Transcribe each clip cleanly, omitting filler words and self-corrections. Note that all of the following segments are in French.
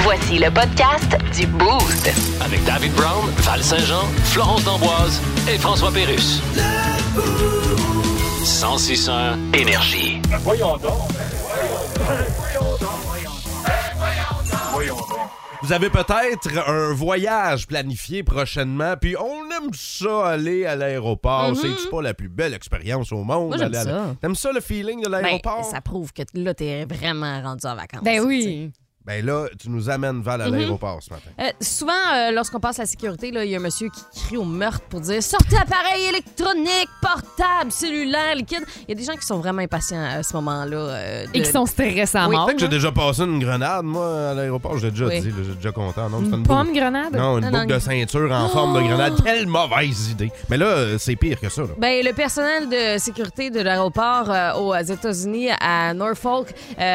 Voici le podcast du Boost. Avec David Brown, Val Saint-Jean, Florence D'Amboise et François Pérusse. 106.1 Énergie. Voyons donc. Vous avez peut-être un voyage planifié prochainement, puis on aime ça aller à l'aéroport. C'est-tu pas la plus belle expérience au monde? Moi, j'aime ça. T'aimes ça, le feeling de l'aéroport? Ça prouve que là, t'es vraiment rendu en vacances. Ben oui. Ben là, tu nous amènes Val à l'aéroport ce matin. Souvent, lorsqu'on passe la sécurité, il y a un monsieur qui crie au meurtre pour dire « Sortez appareil électronique, portable, cellulaire, liquide ». Il y a des gens qui sont vraiment impatients à ce moment-là. Et qui sont stressés à Oui. mort. Peut-être que j'ai déjà passé une grenade, moi, à l'aéroport. Je l'ai déjà dit, là, j'ai déjà content. Non, c'était Une pomme grenade? Non, une Non, boucle de ceinture en forme de grenade. Quelle mauvaise idée. Mais là, c'est pire que ça. Là. Ben, le personnel de sécurité de l'aéroport aux États-Unis, à Norfolk,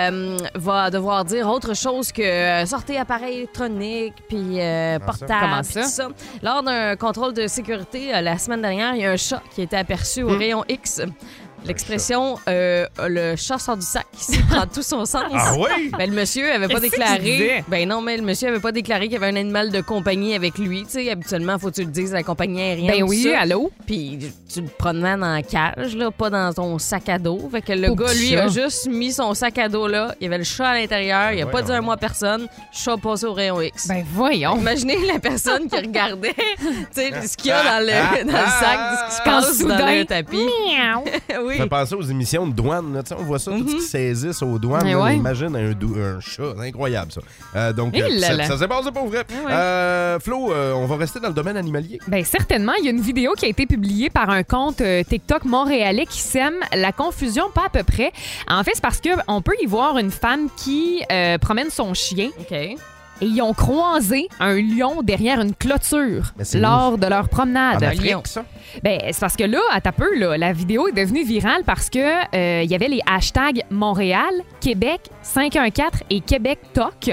va devoir dire autre chose que sortez appareil électronique, puis portable, Comment puis ça? tout ça. Lors d'un contrôle de sécurité la semaine dernière, il y a un chat qui a été aperçu au rayon X. L'expression le chat sort du sac, ça prend tout son sens. Ah oui? Ben, le monsieur avait pas Qu'est-ce qu'il déclaré. disait? Ben non, mais le monsieur avait pas déclaré qu'il y avait un animal de compagnie avec lui. Tu sais, habituellement, faut que tu le dises à la compagnie aérienne. Ben tout oui, ça. allô? Puis tu le promènes dans la cage, là, pas dans ton sac à dos. Fait que le Au gars, petit lui, chat. a juste mis son sac à dos là. Il y avait le chat à l'intérieur. Il a pas dit un mot à personne. Le chat passé au rayon X. Ben voyons. Imaginez la personne qui regardait tu sais, ce qu'il y a dans le sac, ce qui se Quand passe dans soudain, le tapis. miaou. Oui. Ça fait penser aux émissions de douane. Là. Tu sais, on voit ça, tout ce qui saisissent aux douanes. Mais là, ouais. Imagine un chat. C'est incroyable, ça. Donc, Eh là ça, là. ça s'est passé pour vrai. Flo, on va rester dans le domaine animalier. Ben certainement, il y a une vidéo qui a été publiée par un compte TikTok montréalais qui sème la confusion pas à peu près. En fait, c'est parce que on peut y voir une femme qui promène son chien OK. et ils ont croisé un lion derrière une clôture Mais c'est lors de leur promenade. En Afrique, ça? Ben, c'est parce que là, à ta peu, là, la vidéo est devenue virale parce que il y avait les hashtags Montréal, Québec, 514 et Québec Toc.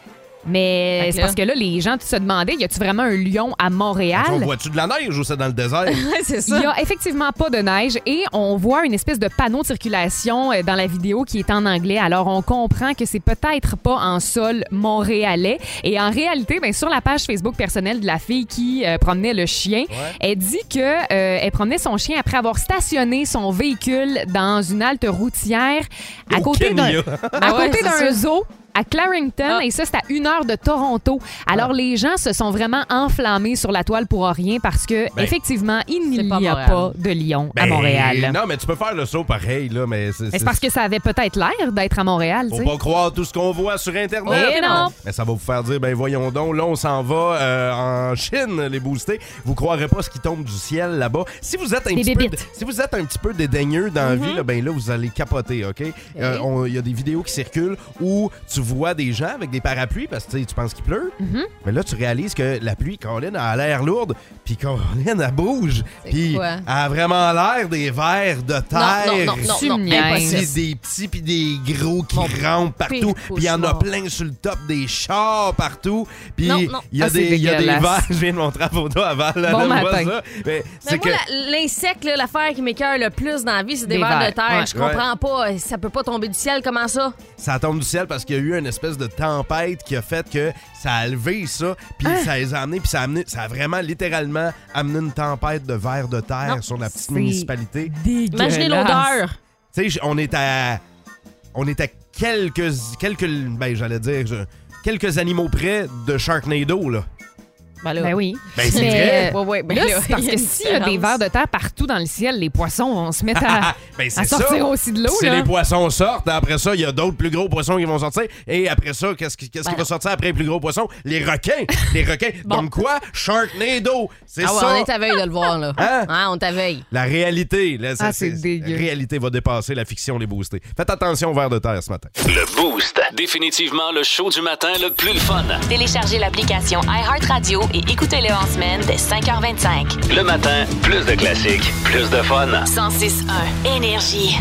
Mais Fait que c'est là- parce que là, les gens se demandaient, y a-tu vraiment un lion à Montréal? On voit-tu de la neige ou c'est dans le désert? c'est Il y a effectivement pas de neige et on voit une espèce de panneau de circulation dans la vidéo qui est en anglais. Alors, on comprend que c'est peut-être pas en sol montréalais. Et en réalité, ben, sur la page Facebook personnelle de la fille qui promenait le chien, elle dit que elle promenait son chien après avoir stationné son véhicule dans une halte routière à Au côté d'un Kenya. à ouais, côté c'est d'un ça. zoo à Clarington, et ça, c'est à 1 heure de Toronto. Alors, les gens se sont vraiment enflammés sur la toile pour rien parce que, Ben, effectivement, il c'est n'y pas a Montréal. pas de lion à Ben, Montréal. Non, mais tu peux faire le saut pareil, là, mais Mais c'est parce que ça avait peut-être l'air d'être à Montréal, tu Faut sais. pas croire tout ce qu'on voit sur Internet. Eh non. Mais ça va vous faire dire, ben voyons donc, là, on s'en va en Chine, les boostés. Vous croirez pas ce qui tombe du ciel là-bas. Si vous êtes un Des petit peu, bébites. si vous êtes un petit peu dédaigneux dans la vie, là, ben là, vous allez capoter, OK? Il y a des vidéos qui circulent où tu vois des gens avec des parapluies parce que tu sais, tu penses qu'il pleut. Mais là, tu réalises que la pluie, Colin, a l'air lourde, puis Colin, elle bouge. Puis quoi? elle a vraiment l'air des vers de terre. Tu me niaises. impossible. Des petits puis des gros qui rampent partout. pire Puis il y en a cauchemar. plein sur le top des chars partout. Puis Non, non. il y a Ah, c'est des dégueulasse. vers. Je viens de montrer la photo avant. Là, Bon là, je vois matin. ça. Mais Mais c'est moi, que... l'insecte, là, l'affaire qui m'écoeure le plus dans la vie, c'est des Des vers de vers. terre. Ouais. Je comprends pas. Ça peut pas tomber du ciel. Comment ça? Ça tombe du ciel parce qu'il y a eu une espèce de tempête qui a fait que ça a levé ça, puis ça les a amenés, puis ça a vraiment littéralement amené une tempête de vers de terre Non, sur la petite c'est municipalité. Dégueulasse. Imaginez l'odeur. Tu sais, on est à quelques ben j'allais dire quelques animaux près de Sharknado là. Ben là. Ben oui. Ben c'est Mais, vrai. Ouais, ouais, ben là, là, c'est parce il y a que une s'il y a des différence. vers de terre partout dans le ciel, les poissons vont se mettre à, Ben, c'est à sortir ça. aussi de l'eau. Si là. les poissons sortent, après ça, il y a d'autres plus gros poissons qui vont sortir. Et après ça, qu'est-ce qui va sortir après les plus gros poissons? Les requins. Les requins. Donc quoi? Sharknado. C'est Ah ouais, ça. on est à veille de le voir, là. Hein? Ah, on est à veille. La réalité. Là, Ah, c'est dégueu. La réalité va dépasser la fiction, les boostés. Faites attention aux vers de terre ce matin. Le Boost. Définitivement le show du matin le plus le fun. Téléchargez l'application iHeartRadio et écoutez-le en semaine dès 5h25. Le matin, plus de classiques, plus de fun. 106.1 Énergie.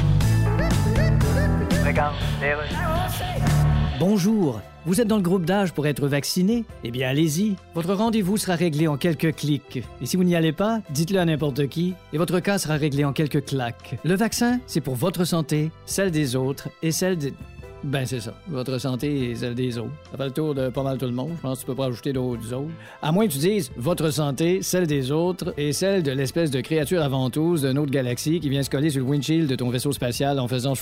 Bonjour, vous êtes dans le groupe d'âge pour être vacciné? Eh bien, allez-y. Votre rendez-vous sera réglé en quelques clics. Et si vous n'y allez pas, dites-le à n'importe qui et votre cas sera réglé en quelques claques. Le vaccin, c'est pour votre santé, celle des autres et celle des... Ben, c'est ça. Votre santé et celle des autres. Ça fait le tour de pas mal tout le monde. Je pense que tu peux pas rajouter d'autres autres. À moins que tu dises votre santé, celle des autres et celle de l'espèce de créature aventouse d'une autre galaxie qui vient se coller sur le windshield de ton vaisseau spatial en faisant...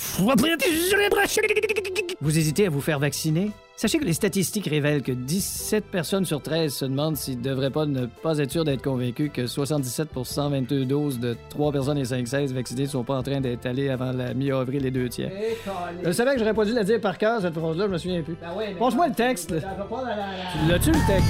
Vous hésitez à vous faire vacciner? Sachez que les statistiques révèlent que 17 personnes sur 13 se demandent s'ils ne devraient pas ne pas être sûrs d'être convaincus que 77% 22 doses de 3 personnes et 5-16 vaccinées ne sont pas en train d'être allées avant la mi-avril les 2 tiers. Je savais que j'aurais pas dû la dire par cœur, cette phrase-là, je me souviens plus. Pense-moi le texte. Tu l'as-tu, le texte?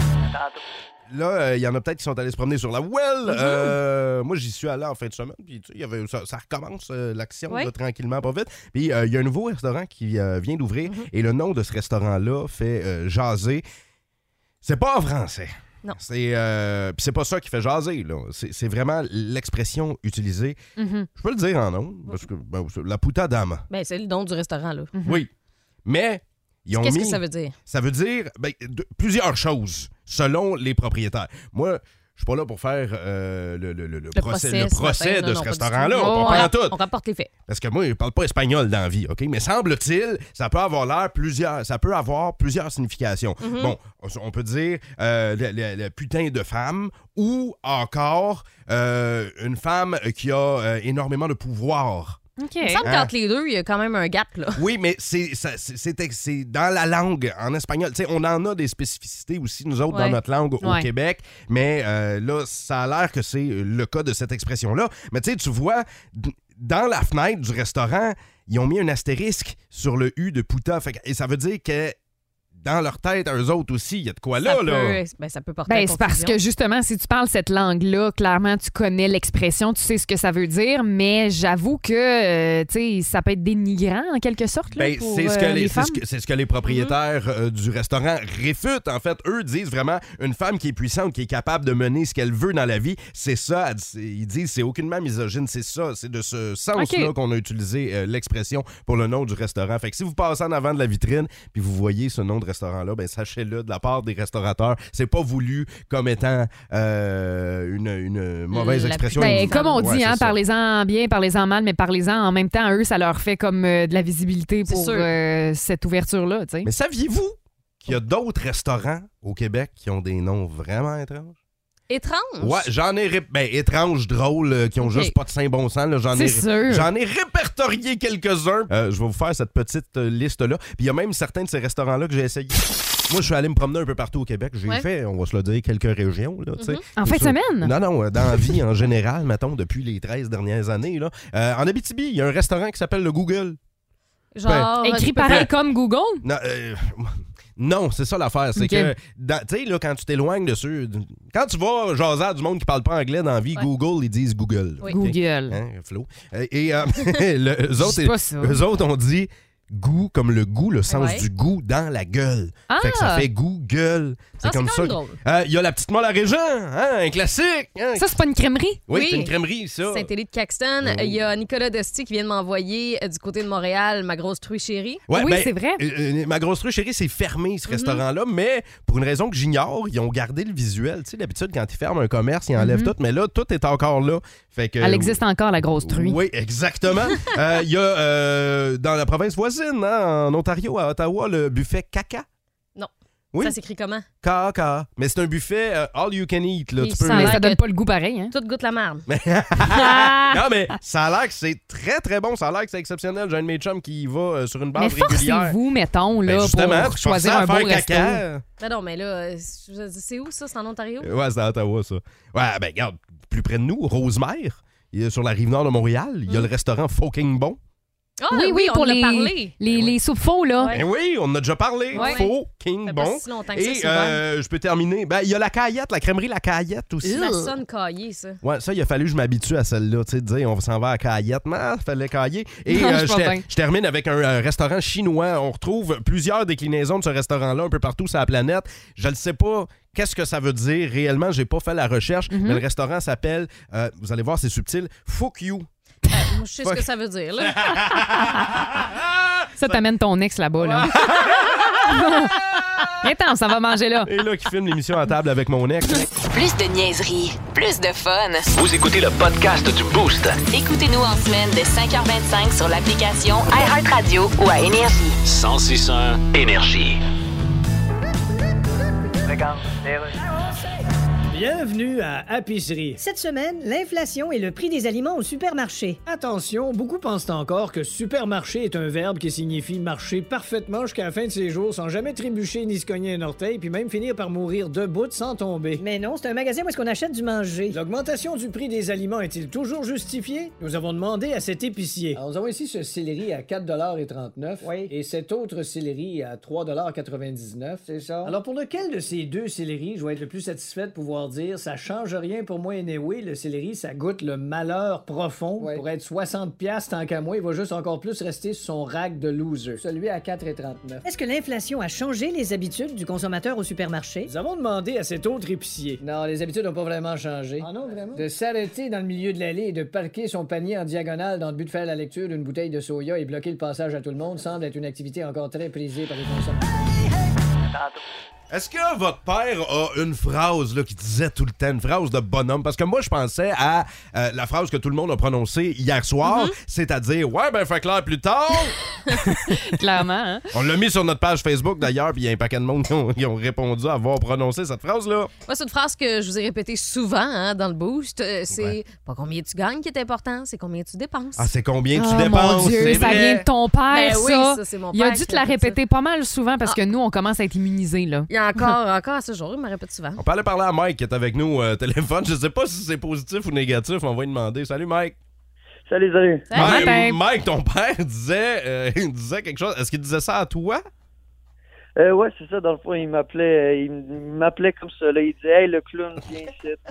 Là, il y en a peut-être qui sont allés se promener sur la Well. Moi, j'y suis allé en fin de semaine. Puis, tu sais, ça recommence l'action là, tranquillement, pas vite. Puis, il y a un nouveau restaurant qui vient d'ouvrir. Et le nom de ce restaurant-là fait jaser. C'est pas en français. Non. Puis c'est pas ça qui fait jaser. Là. C'est vraiment l'expression utilisée. Je peux le dire en nom. Parce que la puttadama. Ben, c'est le nom du restaurant, là. Oui. Mais... Qu'est-ce que ça veut dire? Ça veut dire plusieurs choses, selon les propriétaires. Moi, je suis pas là pour faire le procès de ce restaurant-là. On parle tout. On rapporte les faits. Parce que moi, je parle pas espagnol dans la vie, OK? Mais semble-t-il, ça peut avoir plusieurs significations. Bon, on peut dire le putain de femme ou encore une femme qui a énormément de pouvoir. Okay. Il me semble qu'entre les deux, il y a quand même un gap. Là. Oui, mais c'est dans la langue en espagnol. T'sais, on en a des spécificités aussi, nous autres, dans notre langue au Québec. Mais là, ça a l'air que c'est le cas de cette expression-là. Mais tu vois, dans la fenêtre du restaurant, ils ont mis un astérisque sur le U de puta. Et ça veut dire que dans leur tête, eux autres aussi, il y a de quoi là. Ça peut porter à confusion. C'est parce que justement, si tu parles cette langue-là, clairement, tu connais l'expression, tu sais ce que ça veut dire, mais j'avoue que ça peut être dénigrant en quelque sorte là, pour les femmes. C'est ce que les propriétaires du restaurant réfutent. En fait, eux disent vraiment une femme qui est puissante, qui est capable de mener ce qu'elle veut dans la vie, c'est ça. Ils disent c'est aucunement misogyne, c'est ça. C'est de ce sens-là qu'on a utilisé l'expression pour le nom du restaurant. Fait que si vous passez en avant de la vitrine puis vous voyez ce nom de restaurant-là, ben sachez-le de la part des restaurateurs, c'est pas voulu comme étant une mauvaise expression. Comme on dit, parlez-en bien, parlez-en mal, mais parlez-en en même temps, eux, ça leur fait comme de la visibilité pour cette ouverture-là. T'sais. Mais saviez-vous qu'il y a d'autres restaurants au Québec qui ont des noms vraiment étranges? Étrange? Ouais, j'en ai... étranges, drôles, qui ont juste pas de saint bon sens. Là, j'en ai répertorié quelques-uns. Je vais vous faire cette petite liste-là. Puis il y a même certains de ces restaurants-là que j'ai essayé. Moi, je suis allé me promener un peu partout au Québec. J'ai fait, on va se le dire, quelques régions. Là, En fin de semaine? Non, dans la vie en général, mettons, depuis les 13 dernières années. Là. En Abitibi, il y a un restaurant qui s'appelle le Google. Genre... écrit pareil comme Google? Non, c'est ça l'affaire. C'est que, tu sais, là, quand tu t'éloignes dessus, quand tu vas jaser à du monde qui parle pas anglais dans la vie, Google, ils disent Google. Oui. Google. Hein, Flo? Et eux autres ont dit goût comme le goût, le sens du goût dans la gueule. Fait que ça fait goût-gueule. C'est comme ça. Il y a la petite molle à Régent, un classique. Ça, c'est pas une crèmerie? Oui, c'est une crèmerie, ça. Saint-Élie de Caxton. Il y a Nicolas Dosti qui vient de m'envoyer du côté de Montréal ma grosse truie chérie. Ouais, oui, c'est vrai. Ma grosse truie chérie, c'est fermé, ce restaurant-là, mais pour une raison que j'ignore, ils ont gardé le visuel. Tu sais, d'habitude, quand ils ferment un commerce, ils enlèvent tout, mais là, tout est encore là. Fait que, elle existe encore, la grosse truie. Oui, exactement. Il y a dans la province voisine, en Ontario, à Ottawa, le buffet Caca. Non. Oui. Ça s'écrit comment? Caca. Mais c'est un buffet all you can eat. Là. Ça donne pas le goût pareil. Hein? Tout goûte la merde. Non, mais ça a l'air que c'est très, très bon. Ça a l'air que c'est exceptionnel. J'ai un de mes chums qui y va sur une base régulière. Mais forcez-vous, mettons, là, pour choisir un bon resto. Ben non, mais là, c'est où ça? C'est en Ontario? Ouais, c'est à Ottawa, ça. Ouais, ben regarde, plus près de nous, Rosemère, sur la rive nord de Montréal, il y a le restaurant Fucking Bon. Ah, oui, pour on en a parlé. Les soupes faux, là. Ben oui, on en a déjà parlé. Faux, king, bon. Pas si longtemps que et je peux terminer. Ben, il y a la Caillette, la crèmerie La Caillette aussi. Ça sonne caillé, ça. Ouais, ça, il a fallu que je m'habitue à celle-là. Tu sais, dire, on s'en va à Caillette. Mais il fallait cailler. Et je termine avec un restaurant chinois. On retrouve plusieurs déclinaisons de ce restaurant-là un peu partout sur la planète. Je ne sais pas qu'est-ce que ça veut dire réellement. J'ai pas fait la recherche. Mais le restaurant s'appelle, vous allez voir, c'est subtil, Fuck You. Je sais ce que ça veut dire, là. Ça t'amène ton ex là-bas, là. Attends, ça va manger là. Et là, qui filme l'émission à table avec mon ex. Plus de niaiserie, plus de fun. Vous écoutez le podcast du Boost. Écoutez-nous en semaine de 5h25 sur l'application iHeartRadio ou à Énergie. 106.1 Énergie. Bienvenue à Épicerie. Cette semaine, l'inflation et le prix des aliments au supermarché. Attention, beaucoup pensent encore que supermarché est un verbe qui signifie marcher parfaitement jusqu'à la fin de ses jours sans jamais trébucher ni se cogner un orteil, puis même finir par mourir debout sans tomber. Mais non, c'est un magasin où est-ce qu'on achète du manger. L'augmentation du prix des aliments est-il toujours justifiée? Nous avons demandé à cet épicier. Alors, nous avons ici ce céleri à 4,39 $. Oui. Et cet autre céleri à 3,99 $. C'est ça. Alors, pour lequel de ces deux céleris je vais être le plus satisfait de pouvoir dire ça change rien pour moi anyway, le céleri, ça goûte le malheur profond. Ouais. Pour être 60$ tant qu'à moi, il va juste encore plus rester sur son rack de loser. Celui à 4,39 $. Est-ce que l'inflation a changé les habitudes du consommateur au supermarché? Nous avons demandé à cet autre épicier. Non, les habitudes n'ont pas vraiment changé. Ah non, vraiment? De s'arrêter dans le milieu de l'allée et de parquer son panier en diagonale dans le but de faire la lecture d'une bouteille de soya et bloquer le passage à tout le monde semble être une activité encore très prisée par les consommateurs. Est-ce que votre père a une phrase là, qui disait tout le temps, une phrase de bonhomme? Parce que moi, je pensais à la phrase que tout le monde a prononcée hier soir, c'est-à-dire « Ouais, ben, fait clair plus tard! » Clairement, hein? On l'a mis sur notre page Facebook, d'ailleurs, puis il y a un paquet de monde qui ont répondu à avoir prononcé cette phrase-là. Moi, c'est une phrase que je vous ai répétée souvent hein, dans le boost. C'est Ouais. pas combien tu gagnes qui est important, c'est combien tu dépenses. Ah, c'est combien tu Oh, dépenses? mon Dieu, c'est ça vrai. vient de ton père, Ben oui, ça. ça, c'est mon Il a père dû qui te la répète ça. répéter pas mal souvent parce que nous, on commence à être immunisés, là. Il y a encore à ce jour, il me répète souvent. On peut aller parler à Mike qui est avec nous au téléphone. Je sais pas si c'est positif ou négatif. On va lui demander. Salut, Mike. Salut. Salut, matin. Mike, ton père il disait quelque chose. Est-ce qu'il disait ça à toi? Ouais, c'est ça. Dans le fond, il m'appelait comme ça. Là. Il disait « Hey, le clown, viens ici. »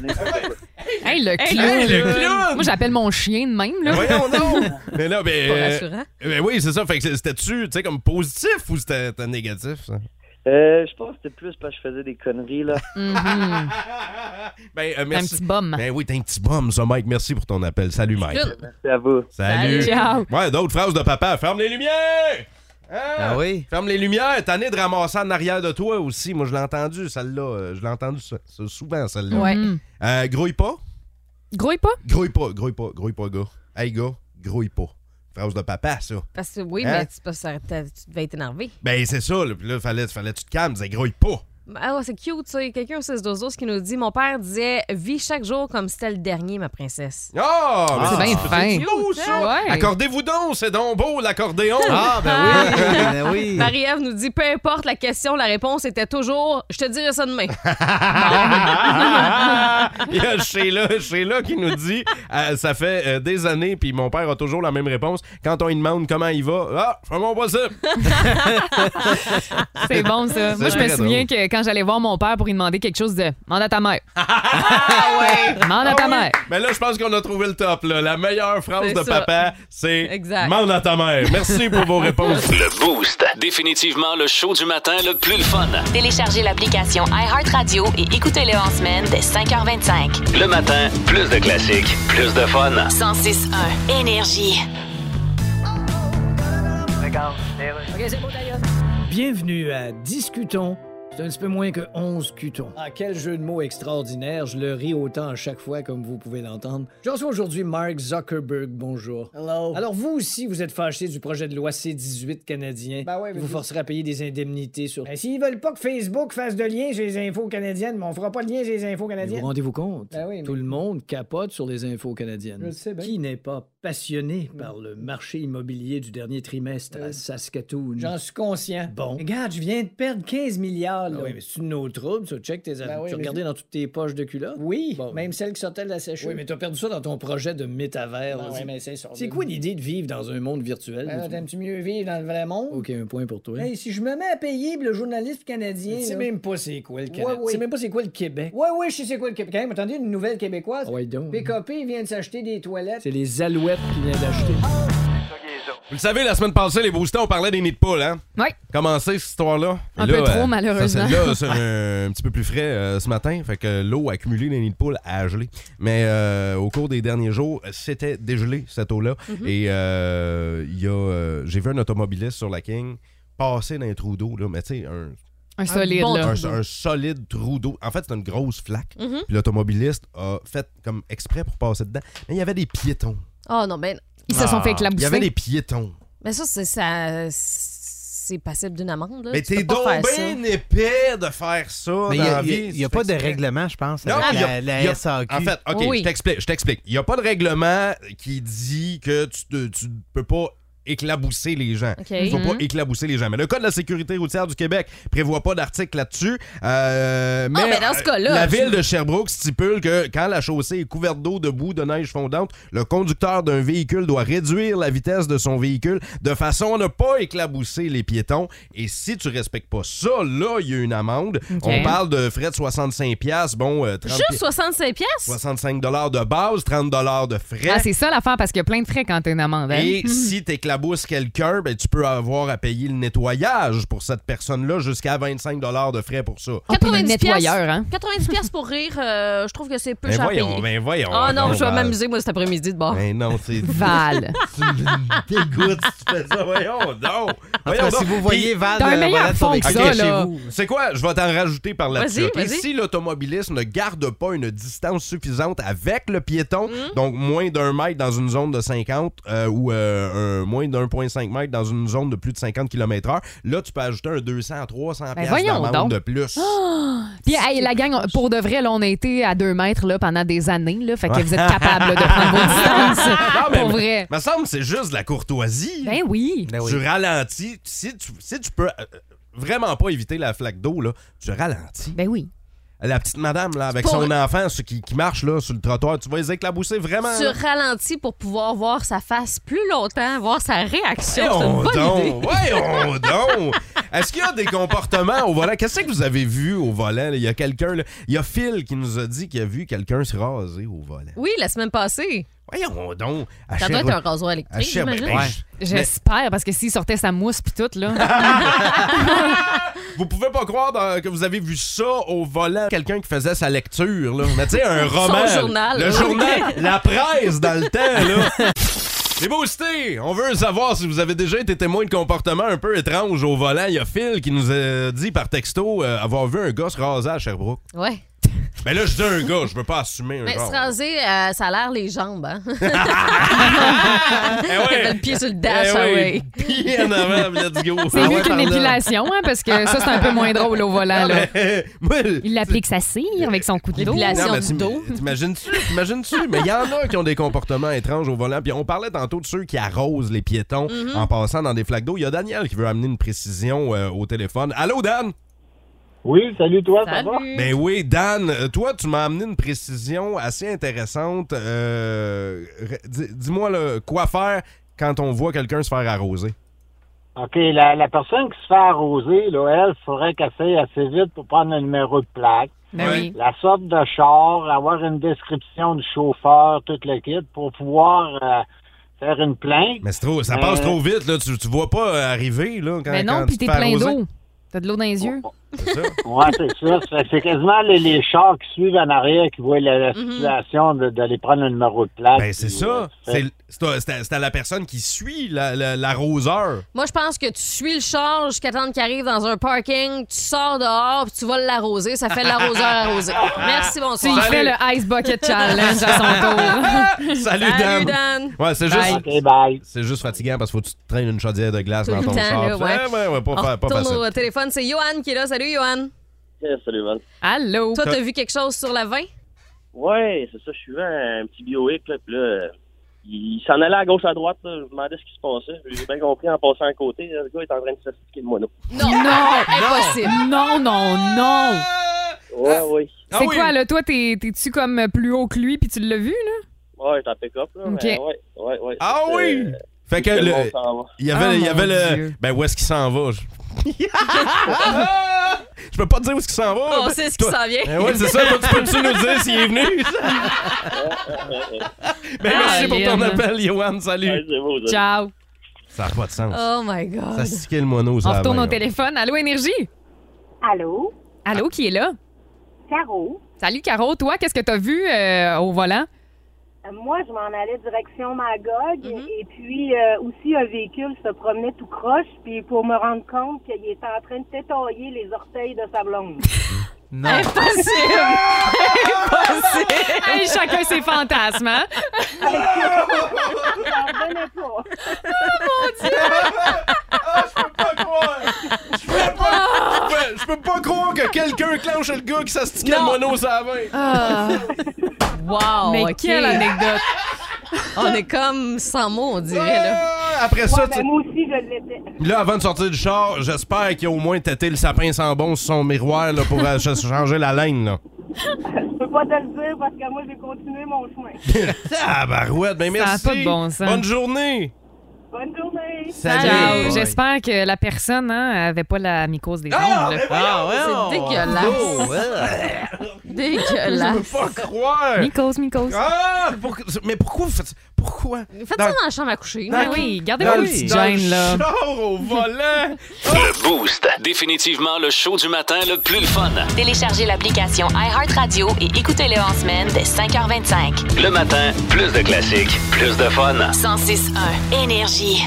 Hey, le clown! Hey, le clown! Moi, j'appelle mon chien de même, là. Voyons donc! Mais là, Pas rassurant. oui, c'est ça. Fait que c'était-tu, tu sais, comme positif ou c'était négatif, ça? Je pense que c'était plus parce que je faisais des conneries, là. Mhm. Ben, Un merci. petit bum. Ben oui, t'es un petit bum, ça, Mike. Merci pour ton appel. Salut, Mike. Clown. Merci à vous. Salut. Ciao. Ouais, d'autres phrases de papa. Ferme les lumières! Hein? Ah oui? Ferme les lumières. Tanné de ramasser en arrière de toi aussi. Moi, je l'ai entendu, celle-là. Je l'ai entendu souvent, celle-là. Ouais. Mhm. Grouille pas? Grouille pas? Grouille pas, gars. Hey, gars, grouille pas. Phrase de papa, ça. Parce que oui, Hein? mais c'est parce que tu devais être énervé. Ben, c'est ça. Là. Puis là, fallait que tu te calmes. Disais, grouille pas. Ah ouais, c'est cute, ça. Il y a quelqu'un au 6-12-12 qui nous dit « Mon père disait « Vis chaque jour comme si c'était le dernier, ma princesse. Ah! mais c'est bien fin. beau, ça. Ouais. Accordez-vous donc. C'est donc beau, l'accordéon. Ah, ben oui, ben oui. Marie-Ève nous dit « Peu importe la question, la réponse était toujours « Je te dirai ça demain. Il y a Sheila qui nous dit ça fait des années, puis mon père a toujours la même réponse. Quand on lui demande comment il va, ah, fais mon possible. C'est bon, ça. Moi, je me très souviens que quand j'allais voir mon père pour lui demander quelque chose de « Demande à ta mère. » Demande à ta mère. Mais là, je pense qu'on a trouvé le top. Là. La meilleure phrase C'est de ça. papa, c'est Exact. demande à ta mère. Merci pour vos réponses. Le Boost. Définitivement le show du matin le plus le fun. Téléchargez l'application iHeartRadio et écoutez-le en semaine dès 5h25. Le matin, plus de classiques, plus de fun. 106.1 Énergie. OK, c'est beau, d'ailleurs. Bienvenue à Discutons. C'est un petit peu moins que 11 cutons. Ah, quel jeu de mots extraordinaire. Je le ris autant à chaque fois, comme vous pouvez l'entendre. Je reçois aujourd'hui Mark Zuckerberg. Bonjour. Hello. Alors, vous aussi, vous êtes fâché du projet de loi C-18 canadien. Ben ouais, mais vous vous- forcerez à payer des indemnités sur... Ben, s'ils veulent pas que Facebook fasse de lien sur les infos canadiennes, mais on fera pas de lien sur les infos Mais canadiennes. vous rendez-vous compte? Ben oui, mais- Tout le monde capote sur les infos canadiennes. Je le sais bien. Qui n'est pas passionné par le marché immobilier du dernier trimestre à Saskatoon? J'en suis conscient. Bon. Regarde, je viens de perdre 15 milliards, là. Ah oui, mais c'est une autre trouble, ça. Check tes affaires. Ben oui, tu mais regardais dans toutes tes poches de culottes? Oui, Bon. même celle qui sortait de la sécheuse. Oui, mais t'as perdu ça dans ton projet de métavers. Ben là. oui, mais c'est ça. C'est quoi l'idée de vivre dans un monde virtuel? Ben là, t'aimes-tu mieux vivre dans le vrai monde? OK, un point pour toi. Hey, si je me mets à payer pour le journaliste canadien. Tu sais là- même pas c'est quoi le Canada. Ouais, oui. Tu sais même pas c'est quoi le Québec. Ouais, je sais c'est quoi le Québec. Quand même, attendez, une nouvelle québécoise. Ah ouais, donc. PKP vient de s'acheter des toilettes. C'est les Alouettes qui viennent d'acheter. Vous le savez, la semaine passée, les boosters, on parlait des nids de poules, hein? Oui. Comment c'est, cette histoire-là? Un Et là, peu trop, malheureusement. Là, c'est un petit peu plus frais ce matin. Fait que l'eau accumulée dans les nids de poules a gelé. Mais au cours des derniers jours, c'était dégelé, cette eau-là. Et j'ai vu un automobiliste sur la King passer dans un trou d'eau, là, mais tu sais, Un solide, bon là. Un solide trou d'eau. En fait, c'est une grosse flaque. Puis l'automobiliste a fait comme exprès pour passer dedans. Mais il y avait des piétons. Oh non, ben... Ils se sont fait Il éclabousser. y avait des piétons. Mais ça, c'est passible d'une amende. Là. Mais Tu t'es peux pas donc faire bien épais de faire ça Mais dans la il vie. n'y a pas de règlement, je pense, Non, avec il y la a- SAQ. En fait, OK, Oui. je t'explique. Il n'y a pas de règlement qui dit que tu peux pas éclabousser les gens. OK. Il faut pas éclabousser les gens. Mais le Code de la sécurité routière du Québec prévoit pas d'article là-dessus. Mais ben dans ce cas-là, la ville de Sherbrooke stipule que quand la chaussée est couverte d'eau, de boue, de neige fondante, le conducteur d'un véhicule doit réduire la vitesse de son véhicule de façon à ne pas éclabousser les piétons. Et si tu respectes pas ça, là, il y a une amende. OK. On parle de frais de 65$, bon, 30 Juste 65$? 65$ de base, 30$ de frais. Ah, c'est ça l'affaire, parce qu'il y a plein de frais quand t'as une amende. Hein? Et si tu éclabousses quelqu'un, ben, tu peux avoir à payer le nettoyage pour cette personne-là jusqu'à 25$ de frais pour ça. Ah, puis le nettoyeur, hein? 90$ pour rire, je trouve que c'est peu cher à payer. Voyons. Ah non, je vais Val. m'amuser, moi, cet après-midi de bord. Ben non, c'est... Val. Tu me dégoûtes si tu fais ça. Voyons donc. En tout cas, si vous voyez Puis- Val, t'as un meilleur voilà son fond que véhicule ça, chez là. vous. C'est quoi? Je vais t'en rajouter par là-dessus. Vas-y, OK? vas-y. Si l'automobiliste ne garde pas une distance suffisante avec le piéton, donc moins d'1 mètre dans une zone de 50 ou moins d'1,5 mètre dans une zone de plus de 50 km/h, là, tu peux ajouter un 200 à 300$ voyons d'amende donc. de plus. Puis hey, la gang, pour de vrai, là, on a été à 2 mètres là, pendant des années. Là, fait que vous êtes capable là, de prendre vos distances. Non, mais- Pour vrai. Me semble que c'est juste de la courtoisie. Ben oui. Ben oui. Tu ralentis. Si tu peux vraiment pas éviter la flaque d'eau, là, tu ralentis. Ben oui. La petite madame là, avec Pour- son enfant qui marche là, sur le trottoir, tu vas les éclabousser vraiment. Tu là. ralentis pour pouvoir voir sa face plus longtemps, voir sa réaction. C'est Voyons une bonne idée. donc, voyons donc. Est-ce qu'il y a des comportements au volant? Qu'est-ce que vous avez vu au volant? là? Il y a quelqu'un, là, il y a Phil qui nous a dit qu'il a vu quelqu'un se raser au volant. Oui, la semaine passée. Voyons donc. À Ça doit être Sherbrooke- un rasoir à électrique, Sherbrooke- j'imagine. ben, J'espère, parce que s'il sortait sa mousse puis tout, là. Vous pouvez pas croire que vous avez vu ça au volant, quelqu'un qui faisait sa lecture, là. Mais tu sais, un roman. journal. Le journal, la presse dans le temps, là. Les beaucités, on veut savoir si vous avez déjà été témoin de comportements un peu étranges au volant. Il y a Phil qui nous a dit par texto avoir vu un gars se raser à Sherbrooke. Ouais. Ben là, je dis un gars, je veux pas assumer un Mais gars. se raser, ça a l'air les jambes, hein? Eh Il avait ouais. le pied sur le dash, Eh ah oui. ouais. Pied en avant, let's go. C'est Ah mieux ouais, qu'une par là. épilation, hein, parce que ça, c'est un peu moins drôle au volant. Là. Moi, Il l'applique sa cire avec son couteau. L'épilation. non, mais du dos. T'imagines-tu? Mais il y en a qui ont des comportements étranges au volant. Puis on parlait tantôt de ceux qui arrosent les piétons en passant dans des flaques d'eau. Il y a Daniel qui veut amener une précision au téléphone. Allô, Dan? Oui, salut toi, ça va? Salut. Ben oui, Dan, toi, tu m'as amené une précision assez intéressante. Dis-moi là, quoi faire quand on voit quelqu'un se faire arroser. OK, la personne qui se fait arroser, là, elle, faudrait qu'elle fasse assez vite pour prendre le numéro de plaque, Ben Ouais. oui. la sorte de char, avoir une description du chauffeur, tout le kit, pour pouvoir faire une plainte. Mais c'est trop, ça passe trop vite, là. Tu vois pas arriver, là, quand, Mais quand non, puis tu t'es te fais plein arroser. d'eau. T'as de l'eau dans les yeux. C'est ça. Ouais, c'est ça. C'est quasiment les chars qui suivent en arrière qui voient la situation d'aller prendre le numéro de plaque. Ben, c'est puis, ça. fait- C'est à la personne qui suit l'arroseur. Moi, je pense que tu suis le char jusqu'à temps qu'il arrive dans un parking, tu sors dehors, puis tu vas l'arroser. Ça fait l'arroseur arrosé. Merci, Tu bonsoir. y fais le Ice Bucket Challenge à son tour. Salut, Salut, Dan. Dan. Ouais, c'est juste, OK, bye. c'est juste fatigant parce qu'il faut que tu te traînes une chaudière de glace Tout dans le ton temps, char. là, ouais. Ouais, pas On retourne facile. au téléphone. C'est Johan qui est là. Salut, Johan. Salut, Val. Allô? Toi, t'as vu quelque chose sur la 20? Ouais, c'est ça. Je suivais un petit bioïc, là, puis là, il s'en allait à gauche, à droite, là. Je me demandais ce qui se passait. J'ai bien compris en passant à côté. Là, le gars est en train de s'astiquer de mono. Non, impossible. Non, non, non! Ouais, oui. Ah C'est oui. quoi, là? Toi, t'es-tu comme plus haut que lui puis tu l'as vu, là? Ouais, t'as pick-up, là. OK. Mais ouais. Ah C'est, oui! Fait que le le, monde s'en va. il y avait, Ah, il y avait mon le. Dieu. Ben, où est-ce qu'il s'en va? Je peux pas te dire où est-ce qu'il s'en va. On Ben, sait ce qui toi- s'en vient. Ben ouais, c'est ça. Toi, tu peux-tu nous dire s'il est venu? Ben, merci pour ton Lynn. appel, Johan. Ouais, Salut. c'est beau, ça. Ciao! Ça n'a pas de sens. Oh my God. Ça stiquait le mono, ça. On retourne au va, téléphone. Allô, Énergie? Allô? Allô, qui est là? Caro? Salut, Caro. Toi, qu'est-ce que t'as vu au volant? Moi, je m'en allais direction Magog et puis aussi un véhicule se promenait tout croche puis pour me rendre compte qu'il était en train de tétailler les orteils de sa blonde. Non. Impossible! Impossible! Hey, chacun ses fantasmes, hein? Ça en revenait pas. Je peux pas croire que quelqu'un clenche le gars qui s'astiquait le mono sur la main. Wow! Mais ok. quelle anecdote! On est comme sans mots, on dirait. Là. Après ça, Moi aussi, je l'étais. là, avant de sortir du char, j'espère qu'il y a au moins têté le sapin sans bon sur son miroir là, pour changer la laine. Là. Je peux pas te le dire parce que moi, j'ai continué mon chemin. Ah, barouette, ben merci. Ça a pas de bon sens. Bonne journée. Bonne journée. Ciao. J'espère que la personne avait pas la mycose des ongles. C'est dégueulasse. Dégueulasse. Je peux pas croire. Mycose. Ah! Mais pourquoi vous faites ça? Pourquoi? Faites ça dans la chambre à coucher. Ben oui, gardez pas le petit gêne, là. Char au volant. Le Boost. Définitivement le show du matin le plus le fun. Téléchargez l'application iHeartRadio et écoutez-le en semaine dès 5h25. Le matin, plus de classiques, plus de fun. 106.1 Énergie.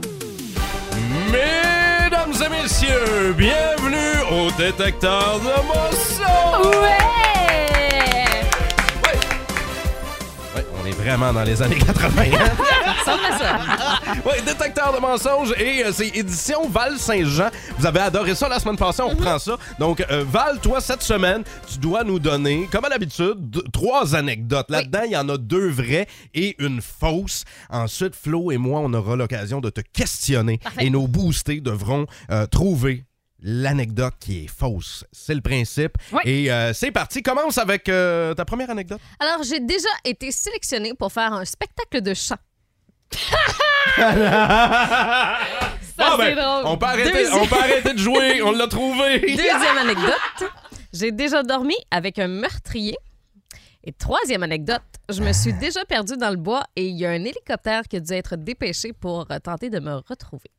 Mesdames et messieurs, bienvenue au détecteur de mensonges. Ouais! Ouais, on est vraiment dans les années 80. Hein? Ça ressemble à ça. Oui, détecteur de mensonges et c'est édition Val-Saint-Jean. Vous avez adoré ça la semaine passée, on reprend ça. Donc, Val, toi, cette semaine, tu dois nous donner, comme à l'habitude, 3 anecdotes. Là-dedans, il y en a 2 vraies et une fausse. Ensuite, Flo et moi, on aura l'occasion de te questionner. Parfait. Et nos boostés devront trouver l'anecdote qui est fausse. C'est le principe. Oui. Et c'est parti. Commence avec ta première anecdote. Alors, j'ai déjà été sélectionnée pour faire un spectacle de chant. Ça, Ah, c'est ben, drôle. on peut arrêter de jouer. On l'a trouvé. Deuxième anecdote, j'ai déjà dormi avec un meurtrier. Et troisième anecdote, je me suis déjà perdue dans le bois et il y a un hélicoptère qui a dû être dépêché pour tenter de me retrouver.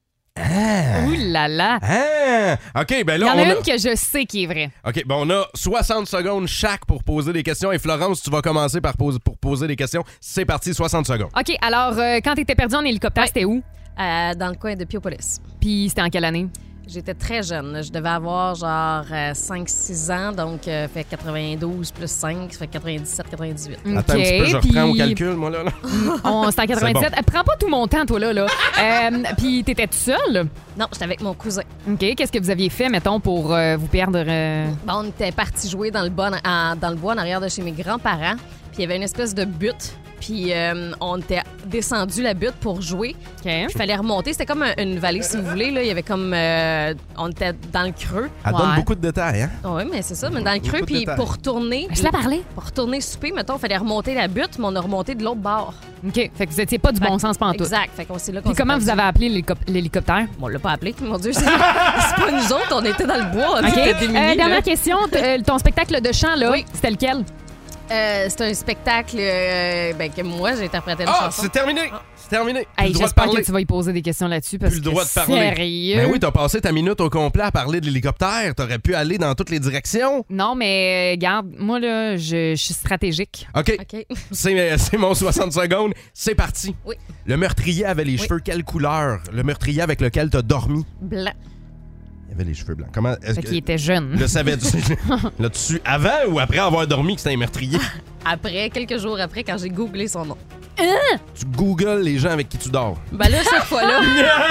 Ouh là là. Ah! OK, ben Il là, y en on a a... une que je sais qui est vraie. OK, ben on a 60 secondes chaque pour poser des questions. Et Florence, tu vas commencer pour poser des questions. C'est parti, 60 secondes. OK, alors, quand t'étais perdu en hélicoptère, c'était où? Dans le coin de Piopolis. Puis c'était en quelle année? J'étais très jeune. Je devais avoir genre 5-6 ans, donc fait 92 plus 5, ça fait 97, 98. Attends un petit peu, je reprends au calcul, moi, là. C'est en 97. Bon. Prends pas tout mon temps, toi, là. Puis t'étais tout seul? Non, j'étais avec mon cousin. OK, qu'est-ce que vous aviez fait, mettons, pour vous perdre? Bon, on était partis jouer dans le bois en arrière de chez mes grands-parents. Puis il y avait une espèce de butte. Puis on était descendu la butte pour jouer. OK. Il fallait remonter. C'était comme une vallée, si vous voulez. Là. Il y avait comme... on était dans le creux. Elle donne beaucoup de détails, hein? Oui, mais c'est ça. Mais dans le Beaucoup creux, de puis détails. pour retourner... Je l'ai parlé. Pour retourner souper, mettons, il fallait remonter la butte, mais on a remonté de l'autre bord. OK, fait que vous étiez pas du bon sens pantoute. Exact. Fait qu'on c'est là qu'on Puis comment s'est vous perdu. avez appelé l'hélicoptère? Bon, on l'a pas appelé. Mon Dieu, c'est pas nous autres. On était dans le bois. On OK. était démunis, là. Dernière question. Ton spectacle de chant, là, Oui. c'était lequel? C'est un spectacle que moi, j'ai interprété une Ah, chanson. c'est terminé! C'est terminé. Plus Hey, le droit de j'espère parler. que tu vas y poser des questions là-dessus parce Plus le que droit de parler. sérieux? Ben oui, t'as passé ta minute au complet à parler de l'hélicoptère. T'aurais pu aller dans toutes les directions. Non, mais regarde, moi, là, je suis stratégique. OK. OK. C'est mon 60 secondes. C'est parti. Oui. Le meurtrier avait les cheveux quelle couleur? Le meurtrier avec lequel t'as dormi? Blanc. Il avait les cheveux blancs. Comment est-ce Fait que qu'il était jeune. le savais-tu? L'as-tu avant ou après avoir dormi que c'était un meurtrier? Après, quelques jours après, quand j'ai googlé son nom. Tu googles les gens avec qui tu dors. Ben là, cette fois-là...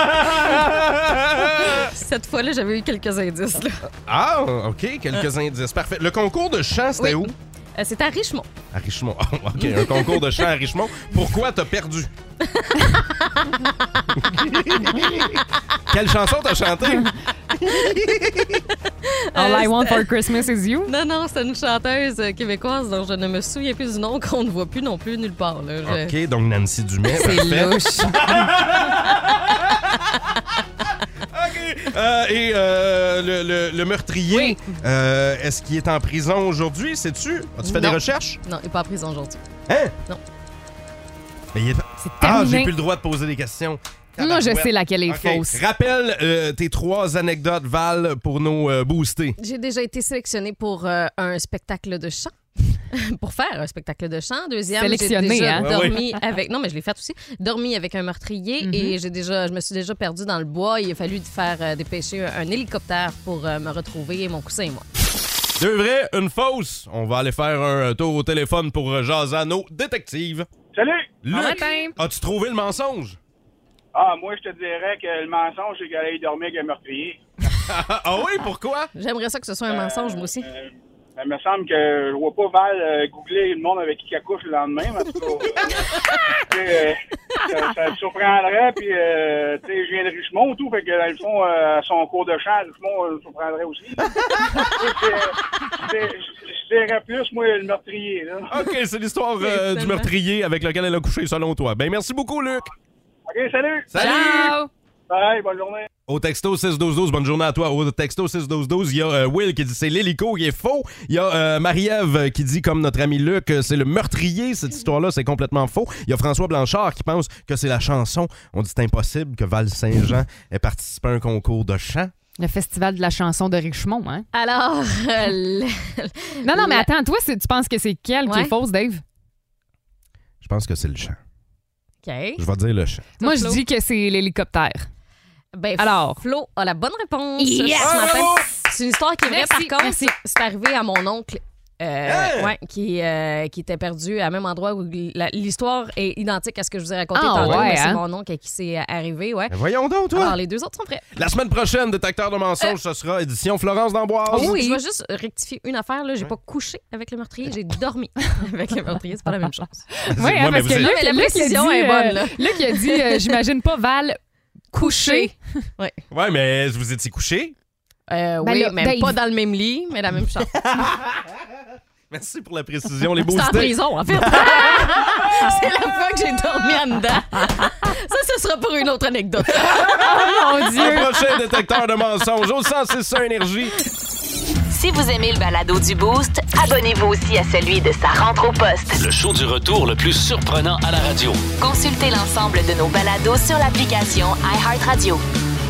cette fois-là, j'avais eu quelques indices, là. Ah, OK. Quelques indices. Parfait. Le concours de chant, c'était Oui. où? C'était à Richemont. À Richemont. OK, un concours de chant à Richemont. Pourquoi t'as perdu? Quelle chanson t'as chanté? All I want for Christmas is you. Non, c'est une chanteuse québécoise dont je ne me souviens plus du nom, qu'on ne voit plus non plus nulle part. Là. OK, donc Nancy Dumais. C'est parfait. louche. OK. Le meurtrier, Oui. Est-ce qu'il est en prison aujourd'hui? Sais-tu? As-tu fait des Non. recherches? Non, il n'est pas en prison aujourd'hui. Hein? Non. Mais il est... C'est Ah, terminé. j'ai plus le droit de poser des questions. Moi, je sais laquelle est OK. fausse. Rappelle tes 3 anecdotes, Val, pour nos boostés. J'ai déjà été sélectionnée pour un spectacle de chant. pour faire un spectacle de chant. Deuxième, sélectionné, j'ai déjà hein? dormi avec... Non, mais je l'ai fait aussi. Dormi avec un meurtrier et je me suis déjà perdue dans le bois. Il a fallu dépêcher un hélicoptère pour me retrouver, mon coussin et moi. 2 vrais, une fausse. On va aller faire un tour au téléphone pour jaser à nos détectives. Salut! Luc, as-tu trouvé le mensonge? Ah, moi, je te dirais que le mensonge, c'est qu'elle allait dormir avec un meurtrier. Ah oui, pourquoi? J'aimerais ça que ce soit un mensonge, moi aussi. Il me semble que je vois pas Val googler le monde avec qui elle couche le lendemain. En tout cas, ça me surprendrait. Puis, tu sais, je viens de Richemont, tout. Fait que, dans le fond, à son cours de chant, Richemont me surprendrait aussi. Je dirais plus, moi, le meurtrier. Là. OK, c'est l'histoire du meurtrier avec lequel elle a couché, selon toi. Ben, merci beaucoup, Luc. OK, salut! Salut! Ciao! Bye, bonne journée. Au texto 61212, bonne journée à toi. Au texto 61212, il y a Will qui dit c'est l'hélico qui est faux. Il y a Marie-Ève qui dit, comme notre ami Luc, c'est le meurtrier. Cette histoire-là, c'est complètement faux. Il y a François Blanchard qui pense que c'est la chanson. On dit c'est impossible que Val-Saint-Jean ait participé à un concours de chant. Le festival de la chanson de Richemont, hein? Alors... Non, mais attends, toi, tu penses que c'est quelle qui est fausse, Dave? Je pense que c'est le chant. OK. Je vais dire le chant. Moi, je dis que c'est l'hélicoptère. Ben, alors, Flo a la bonne réponse yes! ce matin. C'est une histoire qui est vraie, Merci, par contre. merci. C'est arrivé à mon oncle. Qui était perdu à même endroit où l'histoire est identique à ce que je vous ai raconté tantôt, mais c'est mon oncle à qui c'est arrivé. Ouais. Ben voyons donc, toi! Alors, les deux autres sont prêts. La semaine prochaine, Détecteur de mensonges, ce sera édition Florence d'Amboise. Oh, oui. Je vais juste rectifier une affaire. Là. J'ai pas couché avec le meurtrier, j'ai dormi avec le meurtrier. C'est pas la même chose. Oui, hein, parce que la précision est bonne. Là. Luc, il a dit, j'imagine pas Val couché. Ouais, mais vous étiez couché? Oui, là, mais Dave. Pas dans le même lit, mais la même chose. Merci pour la précision, les beaux C'est en steaks. prison, en fait. C'est la fois que j'ai dormi en dedans. Ça, ce sera pour une autre anecdote. Oh mon Dieu! Un prochain Détecteur de mensonges au 106.1 Énergie. Si vous aimez le balado du Boost, abonnez-vous aussi à celui de Sa rentre au poste. Le show du retour le plus surprenant à la radio. Consultez l'ensemble de nos balados sur l'application iHeartRadio.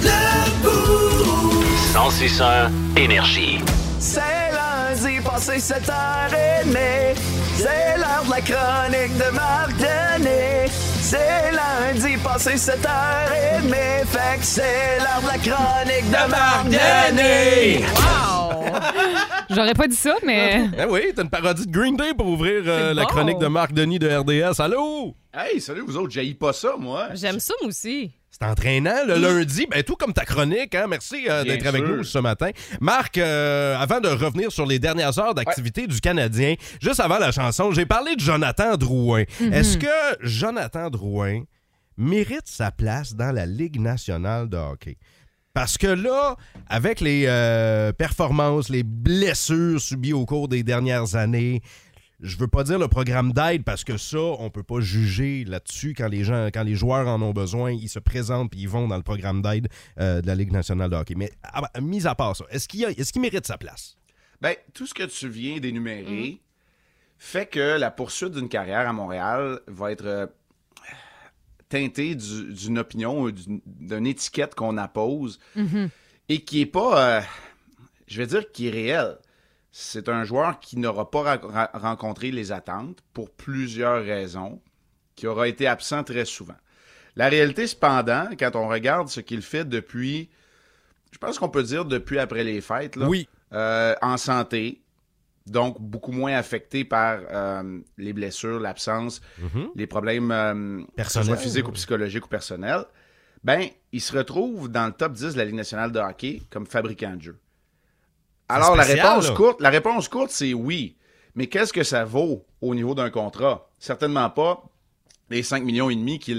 106.1 Énergie. C'est lundi, passé 7h30. C'est l'heure de la chronique de Marc Denis. C'est lundi, passé 7h30. Fait que c'est l'heure de la chronique de Marc Denis. Wow! J'aurais pas dit ça, mais... Eh oui, t'as une parodie de Green Day pour ouvrir la chronique de Marc Denis de RDS. Allô? Hey, salut vous autres, j'haïs pas ça, moi. J'aime ça, moi aussi. C'est entraînant, le lundi. Ben, tout comme ta chronique, hein? Merci d'être avec nous ce matin. Marc, avant de revenir sur les dernières heures d'activité du Canadien, juste avant la chanson, j'ai parlé de Jonathan Drouin. Est-ce que Jonathan Drouin mérite sa place dans la Ligue nationale de hockey? Parce que là, avec les performances, les blessures subies au cours des dernières années, je veux pas dire le programme d'aide parce que ça, on peut pas juger là-dessus quand les joueurs en ont besoin, ils se présentent et ils vont dans le programme d'aide de la Ligue nationale de hockey. Mais mis à part ça, est-ce qu'il mérite sa place? Ben, tout ce que tu viens d'énumérer fait que la poursuite d'une carrière à Montréal va être teintée d'une opinion, d'une étiquette qu'on appose et qui est pas, je vais dire, qui est réelle. C'est un joueur qui n'aura pas rencontré les attentes pour plusieurs raisons, qui aura été absent très souvent. La réalité, cependant, quand on regarde ce qu'il fait depuis, je pense qu'on peut dire depuis après les fêtes, là, en santé, donc beaucoup moins affecté par les blessures, l'absence, les problèmes que ce soit physiques ou psychologiques ou personnels, ben, il se retrouve dans le top 10 de la Ligue nationale de hockey comme fabricant de jeu. Alors, spécial, la réponse courte, c'est oui. Mais qu'est-ce que ça vaut au niveau d'un contrat? Certainement pas les 5,5 millions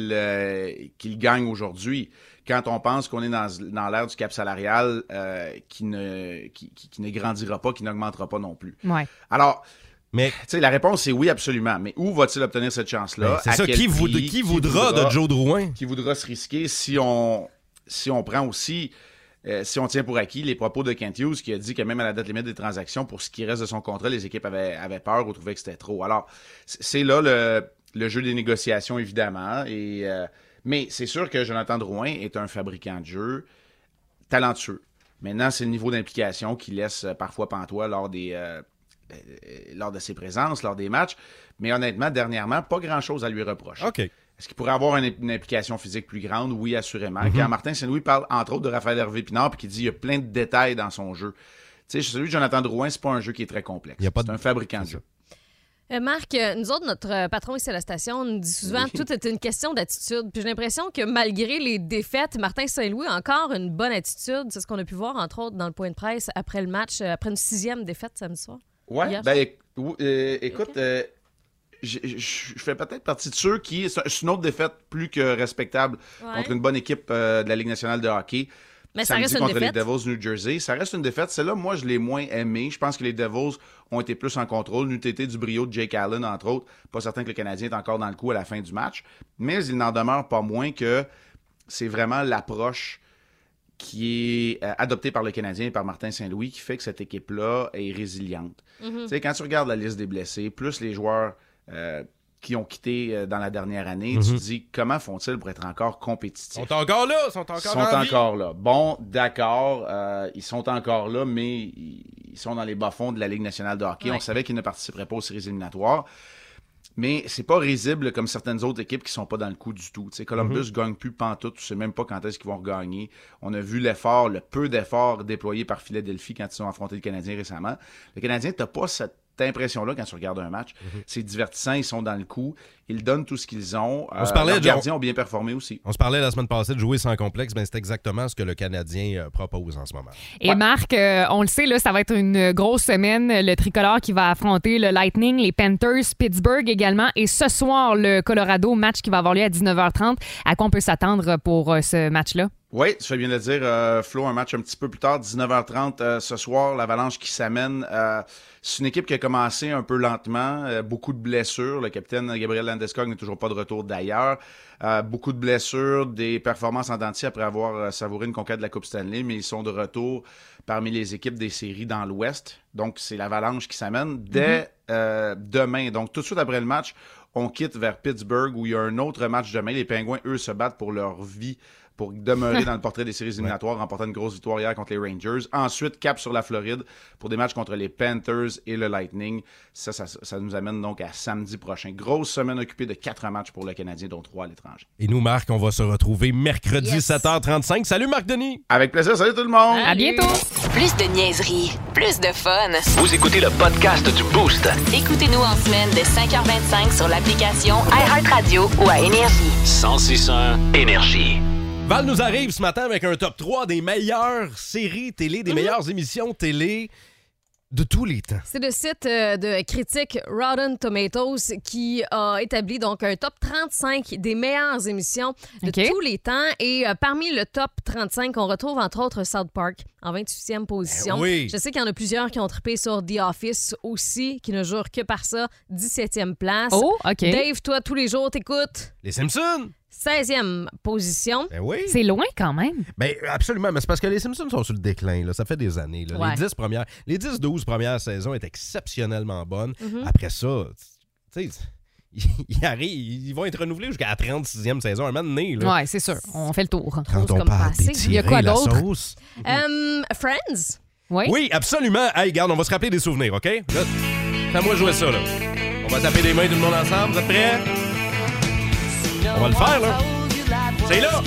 qu'il gagne aujourd'hui. Quand on pense qu'on est dans l'ère du cap salarial qui ne grandira pas, qui n'augmentera pas non plus. Ouais. Alors, la réponse, c'est oui, absolument. Mais où va-t-il obtenir cette chance-là? C'est ça. Qui voudra de Joe Drouin? Qui voudra se risquer si on prend aussi... si on tient pour acquis les propos de Kent Hughes qui a dit que même à la date limite des transactions, pour ce qui reste de son contrat, les équipes avaient peur ou trouvaient que c'était trop. Alors, c'est là le jeu des négociations, évidemment. Mais c'est sûr que Jonathan Drouin est un fabricant de jeu talentueux. Maintenant, c'est le niveau d'implication qui laisse parfois pantois lors des lors de ses présences, lors des matchs. Mais honnêtement, dernièrement, pas grand-chose à lui reprocher. OK. Est-ce qu'il pourrait avoir une implication physique plus grande? Oui, assurément. Quand Martin Saint-Louis parle, entre autres, de Raphaël Harvey-Pinard, puis qu'il dit qu'il y a plein de détails dans son jeu. Tu sais, celui de Jonathan Drouin, c'est pas un jeu qui est très complexe. C'est un fabricant de jeu. Marc, nous autres, notre patron ici à la station nous dit souvent que tout est une question d'attitude. Puis j'ai l'impression que malgré les défaites, Martin Saint-Louis a encore une bonne attitude. C'est ce qu'on a pu voir, entre autres, dans le point de presse après le match, après une 6e défaite samedi soir. Oui, écoute, je fais peut-être partie de ceux qui... C'est une autre défaite plus que respectable contre une bonne équipe de la Ligue nationale de hockey. Mais ça reste une contre défaite. les Devils du New Jersey. Ça reste une défaite. Celle-là, moi, je l'ai moins aimée. Je pense que les Devils ont été plus en contrôle. N'eût été du brio de Jake Allen, entre autres. Pas certain que le Canadien est encore dans le coup à la fin du match. Mais il n'en demeure pas moins que c'est vraiment l'approche qui est adoptée par le Canadien et par Martin Saint-Louis qui fait que cette équipe-là est résiliente. Tu sais, quand tu regardes la liste des blessés, plus les joueurs qui ont quitté dans la dernière année, tu te dis comment font-ils pour être encore compétitifs? Ils sont encore là, ils sont encore là. Bon, d'accord, ils sont encore là, mais ils sont dans les bas-fonds de la Ligue nationale de hockey. On savait qu'ils ne participeraient pas aux séries éliminatoires. Mais c'est pas risible comme certaines autres équipes qui sont pas dans le coup du tout. Tu sais, Columbus gagne plus pantoute, tu sais même pas quand est-ce qu'ils vont regagner. On a vu l'effort, le peu d'efforts déployés par Philadelphie quand ils ont affronté le Canadien récemment. Le Canadien, t'as pas cette impression-là quand tu regardes un match. C'est divertissant, ils sont dans le coup, ils donnent tout ce qu'ils ont. Les gardiens ont bien performé aussi. On se parlait la semaine passée de jouer sans complexe, ben c'est exactement ce que le Canadien propose en ce moment. Et Marc, on le sait, là, ça va être une grosse semaine. Le tricolore qui va affronter le Lightning, les Panthers, Pittsburgh également. Et ce soir, le Colorado, match qui va avoir lieu à 19h30. À quoi on peut s'attendre pour ce match-là? Oui, tu fais bien de le dire, Flo, un match un petit peu plus tard, 19h30 ce soir, l'Avalanche qui s'amène. C'est une équipe qui a commencé un peu lentement, beaucoup de blessures. Le capitaine Gabriel Landeskog n'est toujours pas de retour d'ailleurs. Beaucoup de blessures, des performances en dentier après avoir savouré une conquête de la Coupe Stanley, mais ils sont de retour parmi les équipes des séries dans l'Ouest. Donc, c'est l'Avalanche qui s'amène dès demain. Donc, tout de suite après le match, on quitte vers Pittsburgh où il y a un autre match demain. Les Pingouins, eux, se battent pour leur vie, pour demeurer dans le portrait des séries éliminatoires, remportant une grosse victoire hier contre les Rangers. Ensuite, cap sur la Floride pour des matchs contre les Panthers et le Lightning. Ça nous amène donc à samedi prochain. Grosse semaine occupée de 4 matchs pour le Canadien, dont 3 à l'étranger. Et nous, Marc, on va se retrouver mercredi 7h35. Salut Marc Denis! Avec plaisir, salut tout le monde! À bientôt! Plus de niaiserie, plus de fun. Vous écoutez le podcast du Boost. Écoutez-nous en semaine de 5h25 sur l'application iHeartRadio ou à Énergie. 106.1 Énergie. Val nous arrive ce matin avec un top 3 des meilleures séries télé, des meilleures émissions télé de tous les temps. C'est le site de critique Rotten Tomatoes qui a établi donc un top 35 des meilleures émissions de tous les temps. Et parmi le top 35, on retrouve entre autres South Park en 28e position. Oui. Je sais qu'il y en a plusieurs qui ont trippé sur The Office aussi, qui ne jure que par ça. 17e place. Oh, OK. Dave, toi, tous les jours, t'écoutes. Les Simpsons. 16e position. Ben oui. C'est loin quand même. Ben absolument, mais c'est parce que les Simpsons sont sur le déclin, là. Ça fait des années. Là. Ouais. Les 10-12 premières saisons étaient exceptionnellement bonnes. Après ça, tu sais, ils vont être renouvelés jusqu'à la 36e saison, un moment donné. Là. Ouais, c'est sûr. On fait le tour. Quand on parle Il y a quoi d'autre? Friends. Oui, absolument. Hey, regarde, on va se rappeler des souvenirs, OK? Là, fais-moi jouer ça, là. On va taper des mains tout le monde ensemble. Vous êtes prêts? On va le faire, là. C'est là!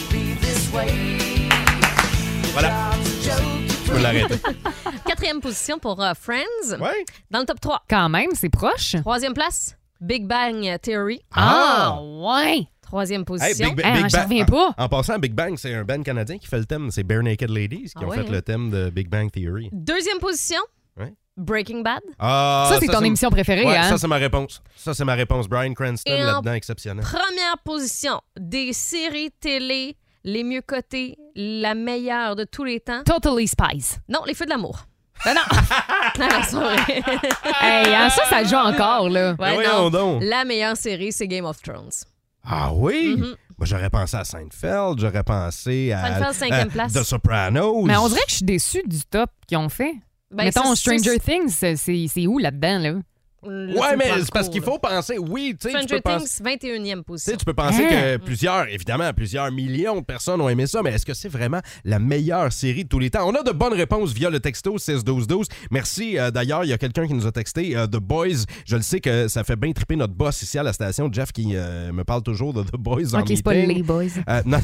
Voilà. Je peux l'arrêter. 4e position pour Friends. Ouais. Dans le top 3. Quand même, c'est proche. 3e place, Big Bang Theory. Ah, ouais! 3e position. J'en reviens pas. En passant, Big Bang, c'est un band canadien qui fait le thème. C'est Bare Naked Ladies qui ont fait le thème de Big Bang Theory. 2e position, Breaking Bad. Ah, ça, c'est ton émission préférée, ouais, hein? Ça, c'est ma réponse. Bryan Cranston, Et là-dedans, exceptionnel. Première position, des séries télé les mieux cotées, la meilleure de tous les temps. Totally Spies. Non, Les Feux de l'amour. Ben non! Non, c'est vrai. Hey, ça joue encore, là. Ouais, voyons donc. La meilleure série, c'est Game of Thrones. Ah oui? Moi, j'aurais pensé à Seinfeld, j'aurais pensé à Seinfeld, 5e place. The Sopranos. Mais on dirait que je suis déçu du top qu'ils ont fait. Ben, Mettons, c'est Stranger Things, c'est où là-dedans, là? Ouais, mais c'est parce qu'il faut penser. Oui, tu sais, tu peux Stranger penser. Things, 21e position. Tu peux penser que plusieurs millions de personnes ont aimé ça, mais est-ce que c'est vraiment la meilleure série de tous les temps? On a de bonnes réponses via le texto 6-12-12. Merci. D'ailleurs, il y a quelqu'un qui nous a texté The Boys. Je le sais que ça fait bien triper notre boss ici à la station, Jeff, qui me parle toujours de The Boys en meeting. OK, c'est pas les Boys. Non.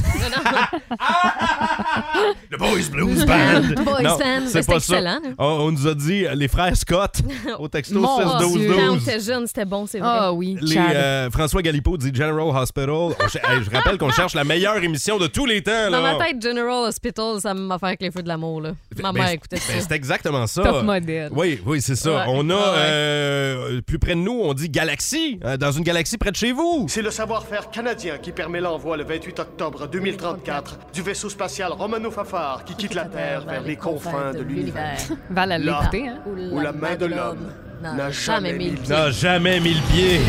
Le Boys Blues Band. Boys Non, Band, c'est c'était pas ça. excellent. On nous a dit les frères Scott au texto 6-12-12. Quand on était jeune, c'était bon, c'est vrai. Ah oui, François Galipo dit General Hospital. Je rappelle qu'on cherche la meilleure émission de tous les temps. Dans là. ma tête, General Hospital, ça m'a fait avec les feux de l'amour. Là. Ma mère écoutait ça. C'est exactement ça. Top modèle. Oui, c'est ça. Ouais. On a, plus près de nous, on dit Galaxie. Dans une galaxie près de chez vous. C'est le savoir-faire canadien qui permet l'envoi le 28 octobre 2034 du vaisseau spatial Romano-Fafard qui quitte la Terre vers les confins de l'univers. Val à l'écouter, hein? Où la main de l'homme n'a jamais mis le pied. N'a jamais mis le pied.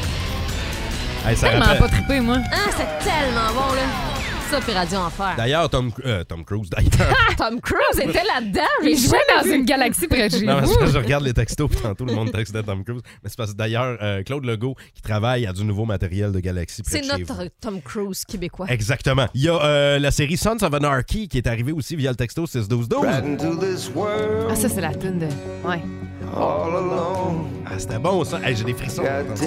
Hey, ça Tellement rappelle- pas trippé, moi. Ah, c'est tellement bon, là. Ça, puis Radio Enfer. D'ailleurs, Tom Cruise, d'ailleurs. Tom Cruise était là-dedans. Il jouait dans une galaxie près de chez Non, mais vous. c'est parce que je regarde les textos, puis tantôt, le monde textait Tom Cruise. Mais c'est parce que d'ailleurs, Claude Legault, qui travaille à du nouveau matériel de Galaxy près C'est de chez notre vous. Tom Cruise québécois. Exactement. Il y a la série Sons of Anarchy qui est arrivée aussi via le texto 6-12-12. Ah, ça, c'est la tune de... Ouais. Ah, c'était bon, ça. Hey, j'ai des frissons.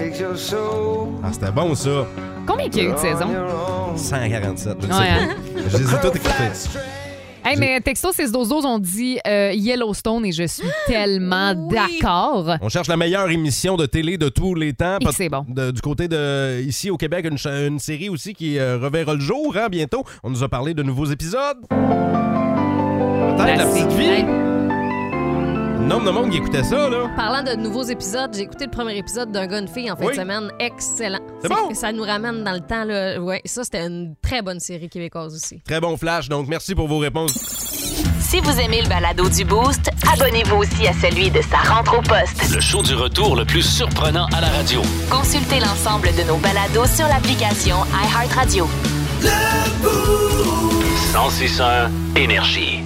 Ah, c'était bon, ça. Combien qu'il y a eu de saisons? 147, je ne Ouais, sais hein? pas. Je les ai toutes écoutées. Hey, mais texto 6-12-12, on dit Yellowstone et je suis tellement d'accord. On cherche la meilleure émission de télé de tous les temps. Et que c'est bon. Du côté de, ici au Québec, une série aussi qui reverra le jour bientôt. On nous a parlé de nouveaux épisodes. Peut-être La Petite Vie. Nombre de monde qui écoutait ça, là. Parlant de nouveaux épisodes, j'ai écouté le premier épisode d'un gars et une fille en fin de semaine. Excellent. C'est bon? Ça nous ramène dans le temps. Là. Ouais, ça, c'était une très bonne série québécoise aussi. Très bon flash, donc merci pour vos réponses. Si vous aimez le balado du Boost, abonnez-vous aussi à celui de Sa rentre au poste. Le show du retour le plus surprenant à la radio. Consultez l'ensemble de nos balados sur l'application iHeartRadio. 106.1 Énergie.